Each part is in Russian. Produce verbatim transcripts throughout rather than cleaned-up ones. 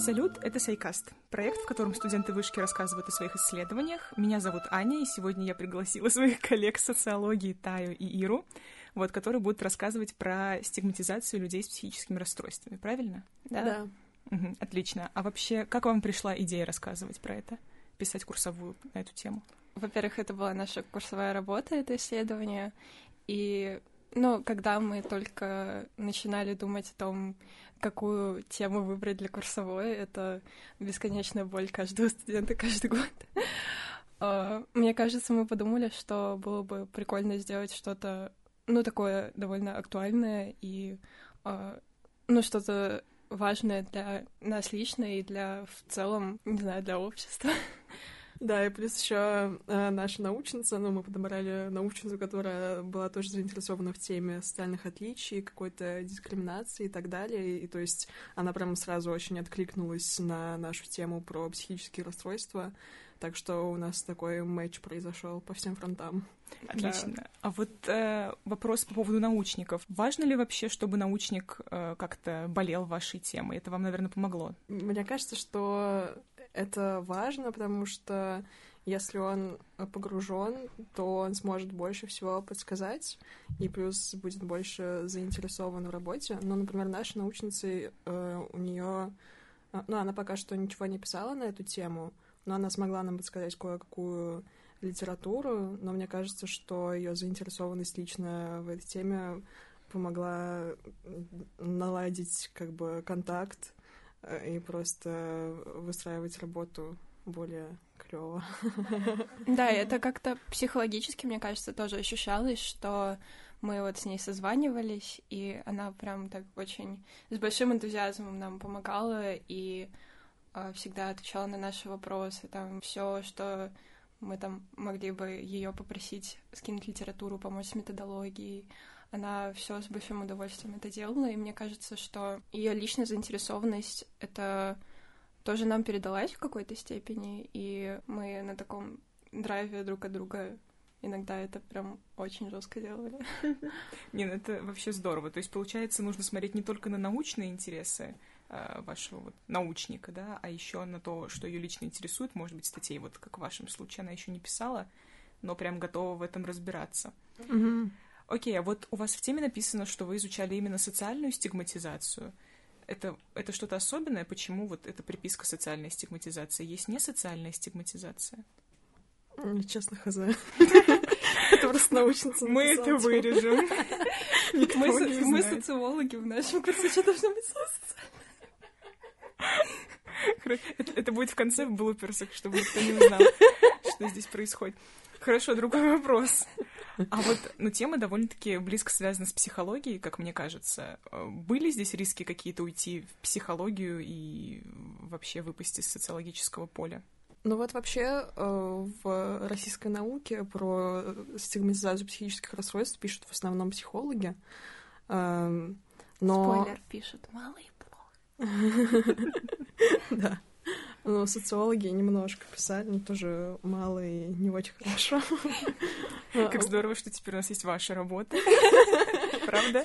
Салют, это Сайкаст, проект, в котором студенты вышки рассказывают о своих исследованиях. Меня зовут Аня, и сегодня я пригласила своих коллег с социологии Таю и Иру, вот, которые будут рассказывать про стигматизацию людей с психическими расстройствами, правильно? Да. Да. Угу, отлично. А вообще, как вам пришла идея рассказывать про это, писать курсовую на эту тему? Во-первых, это была наша курсовая работа, это исследование, и, ну, когда мы только начинали думать о том, какую тему выбрать для курсовой, это бесконечная боль каждого студента каждый год. Мне кажется, мы подумали, что было бы прикольно сделать что-то, ну, такое довольно актуальное и, ну, что-то важное для нас лично и для, в целом, не знаю, для общества. Да, и плюс еще э, наша научница, ну, мы подобрали научницу, которая была тоже заинтересована в теме социальных отличий, какой-то дискриминации и так далее, и то есть она прямо сразу очень откликнулась на нашу тему про психические расстройства, так что у нас такой матч произошел по всем фронтам. Отлично. Да. А вот э, вопрос по поводу научников. Важно ли вообще, чтобы научник э, как-то болел вашей темой? Это вам, наверное, помогло? Мне кажется, что это важно, потому что если он погружен, то он сможет больше всего подсказать, и плюс будет больше заинтересован в работе. Ну, например, наша научница, э, у нее, ну, она пока что ничего не писала на эту тему, но она смогла нам подсказать кое-какую литературу, но мне кажется, что ее заинтересованность лично в этой теме помогла наладить как бы контакт и просто выстраивать работу более клёво. Да, это как-то психологически, мне кажется, тоже ощущалось, что мы вот с ней созванивались, и она прям так очень с большим энтузиазмом нам помогала и всегда отвечала на наши вопросы, там все, что мы там могли бы ее попросить скинуть литературу, помочь с методологией. Она все с большим удовольствием это делала, и мне кажется, что ее личная заинтересованность это тоже нам передалась в какой-то степени, и мы на таком драйве друг от друга иногда это прям очень жестко делали. Не, ну это вообще здорово. То есть, получается, нужно смотреть не только на научные интересы э, вашего вот научника, да, а еще на то, что ее лично интересует, может быть, статей, вот как в вашем случае, она еще не писала, но прям готова в этом разбираться. Mm-hmm. Окей, а вот у вас в теме написано, что вы изучали именно социальную стигматизацию. Это, это что-то особенное? Почему вот эта приписка социальной стигматизации? Есть не социальная стигматизация? Честно, хз. Это просто научница. Мы это вырежем. Мы социологи в нашем курсе, что должно быть социально? Это будет в конце в блуперсах, чтобы никто не узнал, что здесь происходит. Хорошо, другой вопрос. А вот, ну, тема довольно-таки близко связана с психологией, как мне кажется. Были здесь риски какие-то уйти в психологию и вообще выпасть из социологического поля? Ну вот вообще в российской науке про стигматизацию психических расстройств пишут в основном психологи. Но... Спойлер, пишут малый блог. Да. Ну, социологи немножко писали, но тоже мало и не очень хорошо. Как здорово, что теперь у нас есть ваша работа. Правда?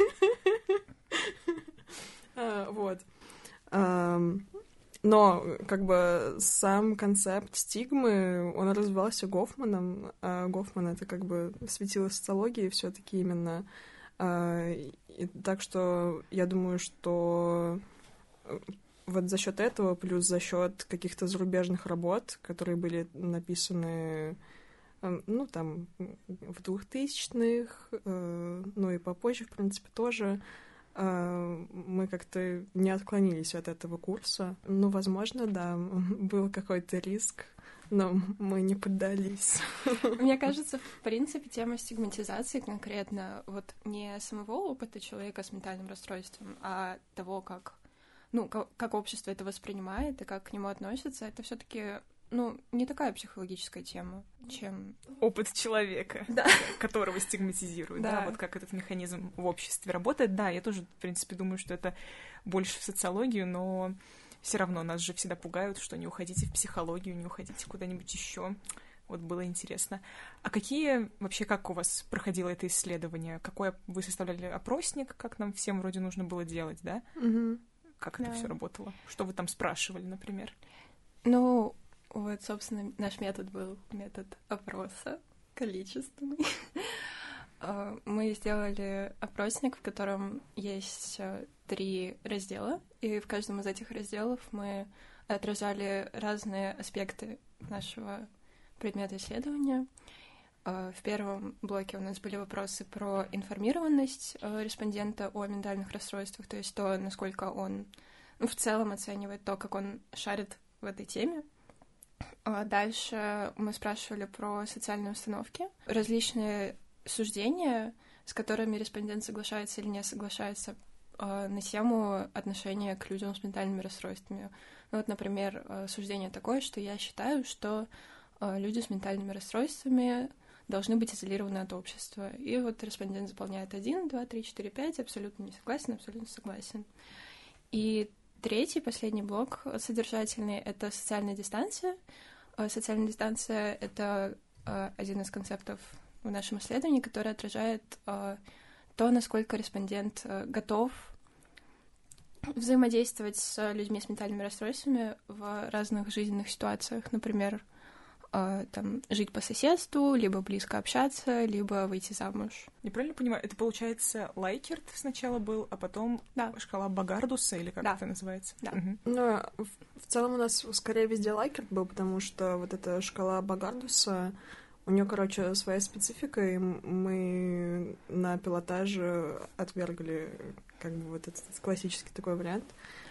Вот. Но, как бы, сам концепт стигмы, он развивался Гофманом. А Гофман — это, как бы, светило социологии все-таки именно. И, так что я думаю, что вот за счет этого, плюс за счет каких-то зарубежных работ, которые были написаны, ну, там, в двухтысячных, ну, и попозже, в принципе, тоже, мы как-то не отклонились от этого курса. Ну, возможно, да, был какой-то риск, но мы не поддались. Мне кажется, в принципе, тема стигматизации конкретно вот не самого опыта человека с ментальным расстройством, а того, как, ну, как общество это воспринимает и как к нему относится, это все-таки, ну, не такая психологическая тема, чем... Опыт человека, да. Которого стигматизируют, да. да, вот как этот механизм в обществе работает. Да, я тоже, в принципе, думаю, что это больше в социологию, но все равно нас же всегда пугают, что не уходите в психологию, не уходите куда-нибудь еще. Вот было интересно. А какие, вообще, как у вас проходило это исследование? Какой вы составляли опросник, как нам всем вроде нужно было делать, да? Mm-hmm. Как да. это все работало? Что вы там спрашивали, например? Ну, вот, собственно, наш метод был метод опроса количественный. Мы сделали опросник, в котором есть три раздела, и в каждом из этих разделов мы отражали разные аспекты нашего предмета исследования. В первом блоке у нас были вопросы про информированность респондента о ментальных расстройствах, то есть то, насколько он ну, в целом оценивает то, как он шарит в этой теме. Дальше мы спрашивали про социальные установки, различные суждения, с которыми респондент соглашается или не соглашается на тему отношения к людям с ментальными расстройствами. Ну, вот, например, суждение такое, что я считаю, что люди с ментальными расстройствами должны быть изолированы от общества. И вот респондент заполняет один, два, три, четыре, пять, абсолютно не согласен, абсолютно согласен. И третий, последний блок содержательный — это социальная дистанция. Социальная дистанция — это один из концептов в нашем исследовании, который отражает то, насколько респондент готов взаимодействовать с людьми с ментальными расстройствами в разных жизненных ситуациях. Например, там, жить по соседству, либо близко общаться, либо выйти замуж. Я правильно понимаю, это, получается, Лайкерт сначала был, а потом да. шкала Багардуса, или как да. это называется? Да. Угу. Ну, в, в целом у нас скорее везде Лайкерт был, потому что вот эта шкала Багардуса, у нее, короче, своя специфика, и мы на пилотаже отвергли как бы вот этот классический такой вариант,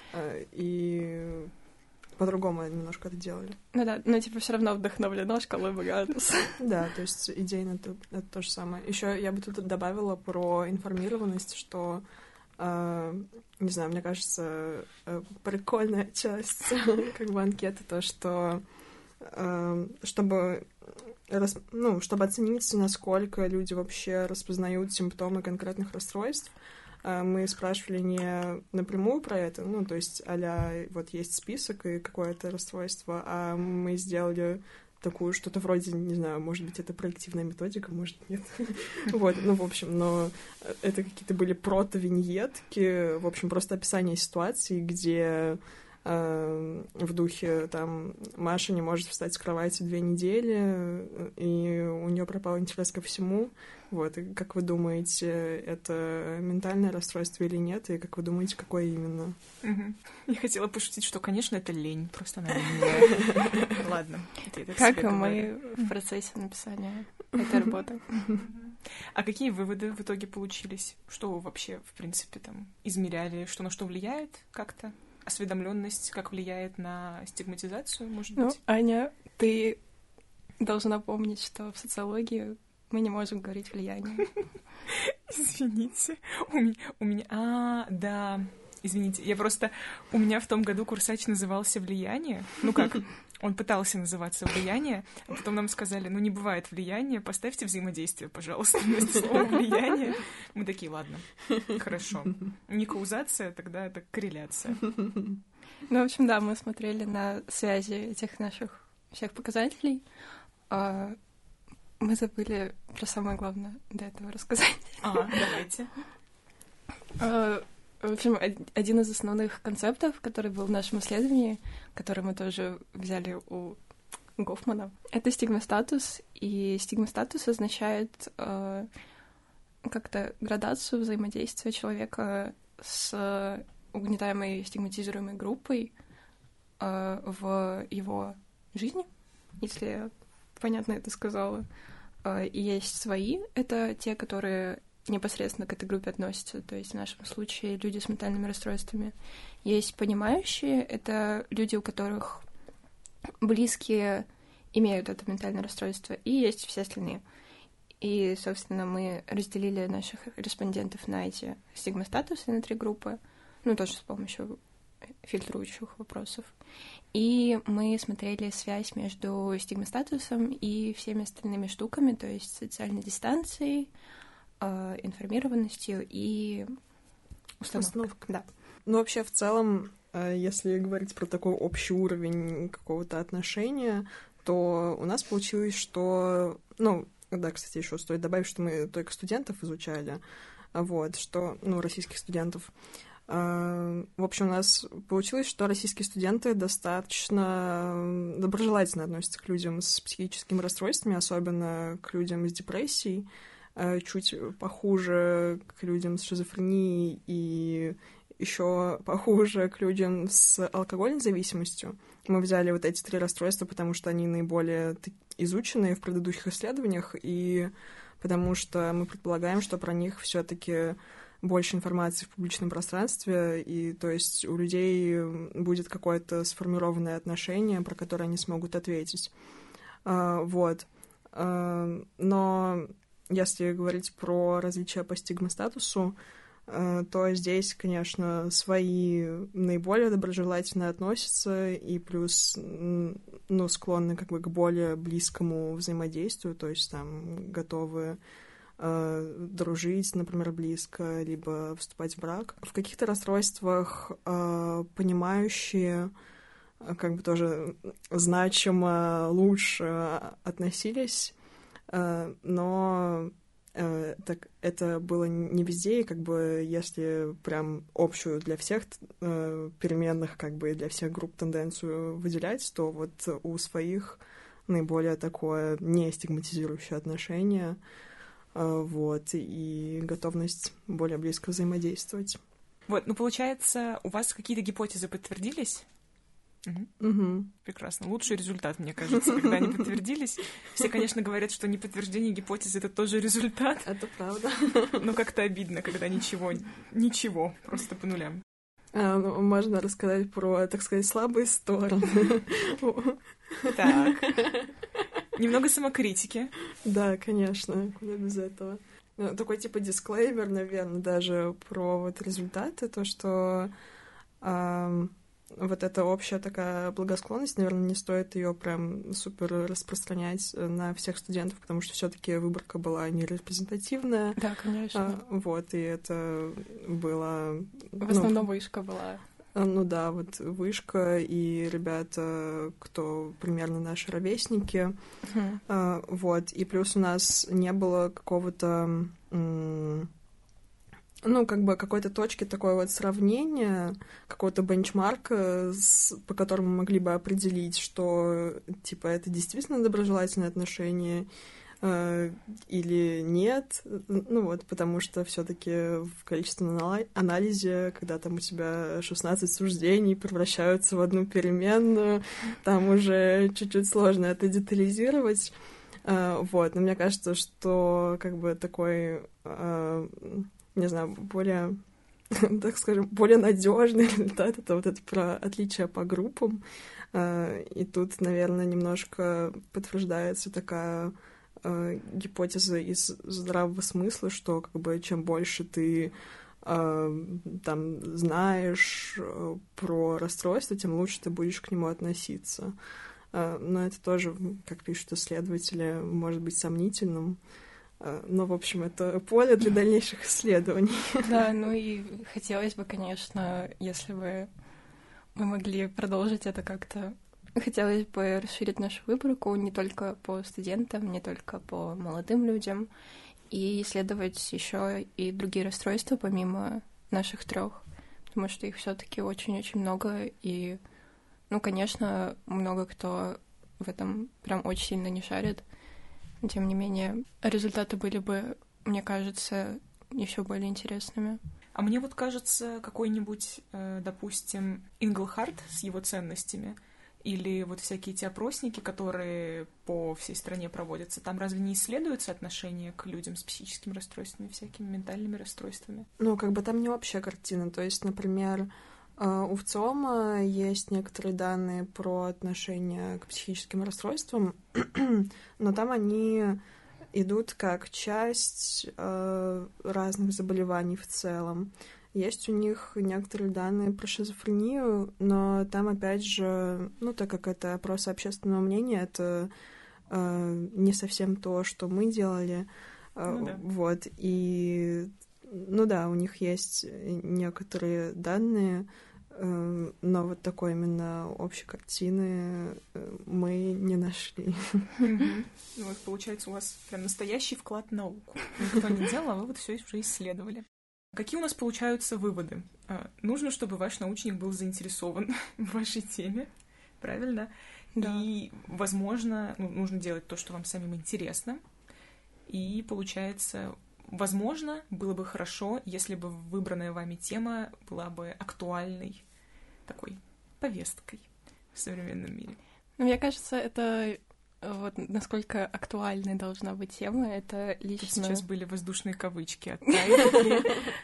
и по-другому немножко это делали. Ну да, но типа все равно вдохновлено шкалой Багардуса. Да, то есть идейно это, это то же самое. Еще я бы тут добавила про информированность, что, э, не знаю, мне кажется, э, прикольная часть как бы анкеты, то, что э, чтобы, рас, ну, чтобы оценить, насколько люди вообще распознают симптомы конкретных расстройств, мы спрашивали не напрямую про это, ну, то есть а-ля вот есть список и какое-то расстройство, а мы сделали такую что-то вроде, не знаю, может быть, это проективная методика, может, нет. Вот, ну, в общем, но это какие-то были прото-виньетки, в общем, просто описание ситуации, где э, в духе, там, Маша не может встать с кровати две недели, и у нее пропал интерес ко всему. Вот, и как вы думаете, это ментальное расстройство или нет, и как вы думаете, какое именно? Угу. Я хотела пошутить, что, конечно, это лень, просто она ленивая. Ладно. Как и мы в процессе написания этой работы. А какие выводы в итоге получились? Что вы вообще, в принципе, там измеряли? Что на что влияет как-то? Осведомленность как влияет на стигматизацию, может быть? Ну, Аня, ты должна помнить, что в социологии мы не можем говорить влияние. Извините. У меня... У меня... А, да. Извините. Я просто... У меня в том году курсач назывался «Влияние». Ну как? Он пытался называться «Влияние», а потом нам сказали, ну не бывает влияния, поставьте взаимодействие, пожалуйста, вместо слова «влияние». Мы такие, ладно, хорошо. Не каузация, тогда это корреляция. Ну, в общем, да, мы смотрели на связи этих наших всех показателей. Мы забыли про самое главное до этого рассказать. А, давайте. В общем, один из основных концептов, который был в нашем исследовании, который мы тоже взяли у Гофмана, это стигмостатус. И стигмостатус означает э, как-то градацию взаимодействия человека с угнетаемой, стигматизируемой группой э, в его жизни, если я понятно это сказала. И есть свои, это те, которые непосредственно к этой группе относятся, то есть в нашем случае люди с ментальными расстройствами. Есть понимающие, это люди, у которых близкие имеют это ментальное расстройство, и есть все остальные. И, собственно, мы разделили наших респондентов на эти стигмостатусы, на три группы, ну, тоже с помощью фильтрующих вопросов. И мы смотрели связь между стигмостатусом и всеми остальными штуками, то есть социальной дистанцией, э, информированностью и установкой. Установка. Да. Ну, вообще, в целом, если говорить про такой общий уровень какого-то отношения, то у нас получилось, что... Ну, да, кстати, еще стоит добавить, что мы только студентов изучали, вот, что... Ну, российских студентов. В общем, у нас получилось, что российские студенты достаточно доброжелательно относятся к людям с психическими расстройствами, особенно к людям с депрессией, чуть похуже к людям с шизофренией и еще похуже к людям с алкогольной зависимостью. Мы взяли вот эти три расстройства, потому что они наиболее изученные в предыдущих исследованиях, и потому что мы предполагаем, что про них все-таки больше информации в публичном пространстве, и то есть у людей будет какое-то сформированное отношение, про которое они смогут ответить. А, вот. А, но если говорить про различия по стигмостатусу, то здесь, конечно, свои наиболее доброжелательно относятся и плюс, ну, склонны как бы к более близкому взаимодействию, то есть там готовы э, дружить, например, близко, либо вступать в брак. В каких-то расстройствах э, понимающие как бы тоже значимо лучше относились, э, но так это было не везде, и как бы если прям общую для всех э, переменных, как бы для всех групп тенденцию выделять, то вот у своих наиболее такое не стигматизирующее отношение, э, вот, и готовность более близко взаимодействовать. Вот, ну, получается, у вас какие-то гипотезы подтвердились? Угу. Угу. Прекрасно. Лучший результат, мне кажется, когда они подтвердились. Все, конечно, говорят, что неподтверждение гипотезы — это тоже результат. Это правда. Но как-то обидно, когда ничего, ничего, просто по нулям. А, ну, можно рассказать про, так сказать, слабые стороны. Так. Немного самокритики. Да, конечно, куда без этого. Ну, такой типа дисклеймер, наверное, даже про вот результаты, то, что а, вот эта общая такая благосклонность, наверное, не стоит ее прям супер распространять на всех студентов, потому что все-таки выборка была не репрезентативная. Да, конечно. А, вот, и это было... В основном ну, вышка была. Ну да, вот вышка и ребята, кто примерно наши ровесники. Uh-huh. А, вот, и плюс у нас не было какого-то... М- ну, как бы какой-то точки такое вот сравнения, какого-то бенчмарка, с, по которому мы могли бы определить, что, типа, это действительно доброжелательное отношение э, или нет. Ну вот, потому что все таки в количественном анализе, когда там у тебя шестнадцать суждений превращаются в одну переменную, там уже чуть-чуть сложно это детализировать. Э, вот, но мне кажется, что как бы такой... Э, не знаю, более, так скажем, более надежный результат — это вот это про отличия по группам. И тут, наверное, немножко подтверждается такая гипотеза из здравого смысла, что как бы чем больше ты там знаешь про расстройство, тем лучше ты будешь к нему относиться. Но это тоже, как пишут исследователи, может быть сомнительным. Ну, в общем, это поле для дальнейших исследований. Да, ну и хотелось бы, конечно, если бы мы могли продолжить это как-то. Хотелось бы расширить нашу выборку не только по студентам, не только по молодым людям, и исследовать еще и другие расстройства помимо наших трех, потому что их все-таки очень-очень много, и, ну, конечно, много кто в этом прям очень сильно не шарит. Но, тем не менее, результаты были бы, мне кажется, еще более интересными. А мне вот кажется, какой-нибудь, допустим, Инглхарт с его ценностями, или вот всякие эти опросники, которые по всей стране проводятся, там разве не исследуется отношение к людям с психическими расстройствами, всякими ментальными расстройствами? Ну, как бы там не общая картина. То есть, например, у ВЦИОМа есть некоторые данные про отношение к психическим расстройствам, но там они идут как часть э, разных заболеваний в целом. Есть у них некоторые данные про шизофрению, но там, опять же, ну, так как это опрос общественного мнения, это э, не совсем то, что мы делали. Э, ну, да. Вот, и, ну да, у них есть некоторые данные, но вот такой именно общей картины мы не нашли. Вот, получается, у вас прям настоящий вклад в науку. Никто не делал, а вы вот все уже исследовали. какие у нас получаются выводы? Нужно, чтобы ваш научник был заинтересован в вашей теме, правильно? Да. И, возможно, ну, нужно делать то, что вам самим интересно. И, получается, возможно, было бы хорошо, если бы выбранная вами тема была бы актуальной такой повесткой в современном мире. Мне кажется, это вот насколько актуальной должна быть тема, это лично... Тут сейчас были воздушные кавычки от Тайи.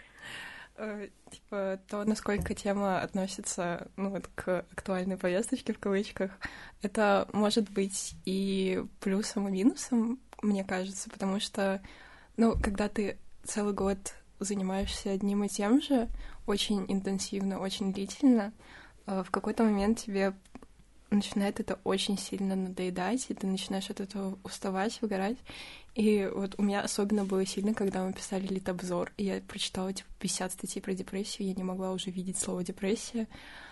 Типа то, насколько тема относится, ну вот, к актуальной повесточке в кавычках, это может быть и плюсом, и минусом, мне кажется, потому что, ну, когда ты целый год занимаешься одним и тем же, очень интенсивно, очень длительно, в какой-то момент тебе начинает это очень сильно надоедать, и ты начинаешь от этого уставать, выгорать. И вот у меня особенно было сильно, когда мы писали литобзор, и я прочитала типа пятьдесят статей про депрессию, я не могла уже видеть слово «депрессия».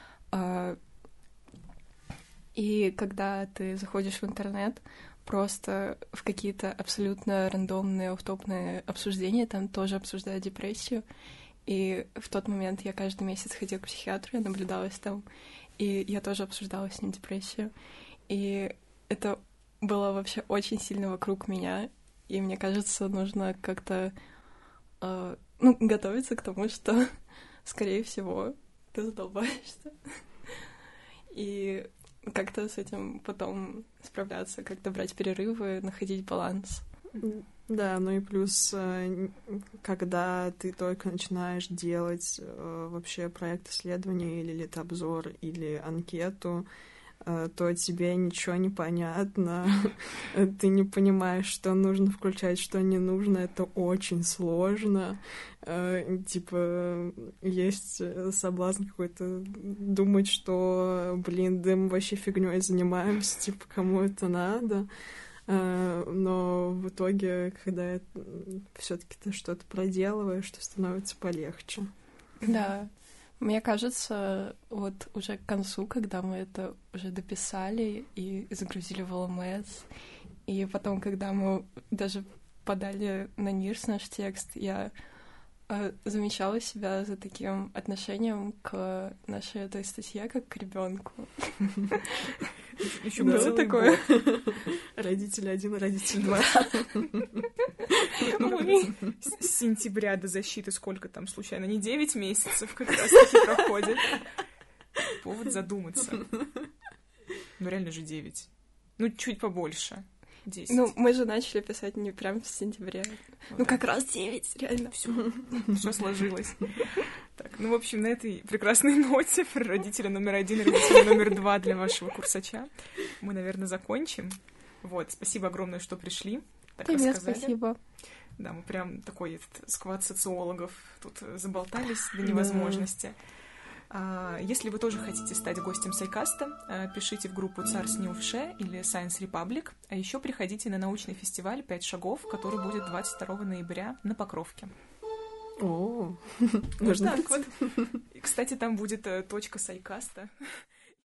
И когда ты заходишь в интернет, просто в какие-то абсолютно рандомные, оффтопные обсуждения, там тоже обсуждают депрессию. И в тот момент я каждый месяц ходила к психиатру, я наблюдалась там, и я тоже обсуждала с ним депрессию. И это было вообще очень сильно вокруг меня, и мне кажется, нужно как-то э, ну, готовиться к тому, что, скорее всего, ты задолбаешься. И как-то с этим потом справляться, как-то брать перерывы, находить баланс. Да, ну и плюс, когда ты только начинаешь делать вообще проект исследования или литобзор, или анкету, то тебе ничего не понятно, ты не понимаешь, что нужно включать, что не нужно, это очень сложно. Типа, есть соблазн какой-то думать, что, блин, да мы вообще фигнёй занимаемся, типа, кому это надо. Но в итоге, когда все-таки ты что-то проделываешь, то становится полегче. Да. Мне кажется, вот уже к концу, когда мы это уже дописали и загрузили в эл эм эс, и потом, когда мы даже подали на НИРС наш текст, я э, замечала себя за таким отношением к нашей этой статье, как к ребенку. Еще было такое. Родитель один, родитель два. С сентября до защиты сколько там, случайно? Не девять месяцев как раз-таки проходит. Повод задуматься. Ну, реально же девять. Ну, чуть побольше. десять. Ну, мы же начали писать не прям в сентябре. Ну, ну как раз девять, реально. Все, все сложилось. Так, ну, в общем, на этой прекрасной ноте про родителя номер один и родителя номер два для вашего курсача мы, наверное, закончим. Вот, спасибо огромное, что пришли. Так Тебе рассказали. Спасибо. Да, мы прям такой этот сквад социологов тут заболтались до невозможности. Да. Если вы тоже хотите стать гостем Сайкаста, пишите в группу Царс Нилвше или Science Republic, а еще приходите на научный фестиваль «Пять шагов», который будет двадцать второго ноября на Покровке. О, нужно так вот. И, кстати, там будет точка Сайкаста.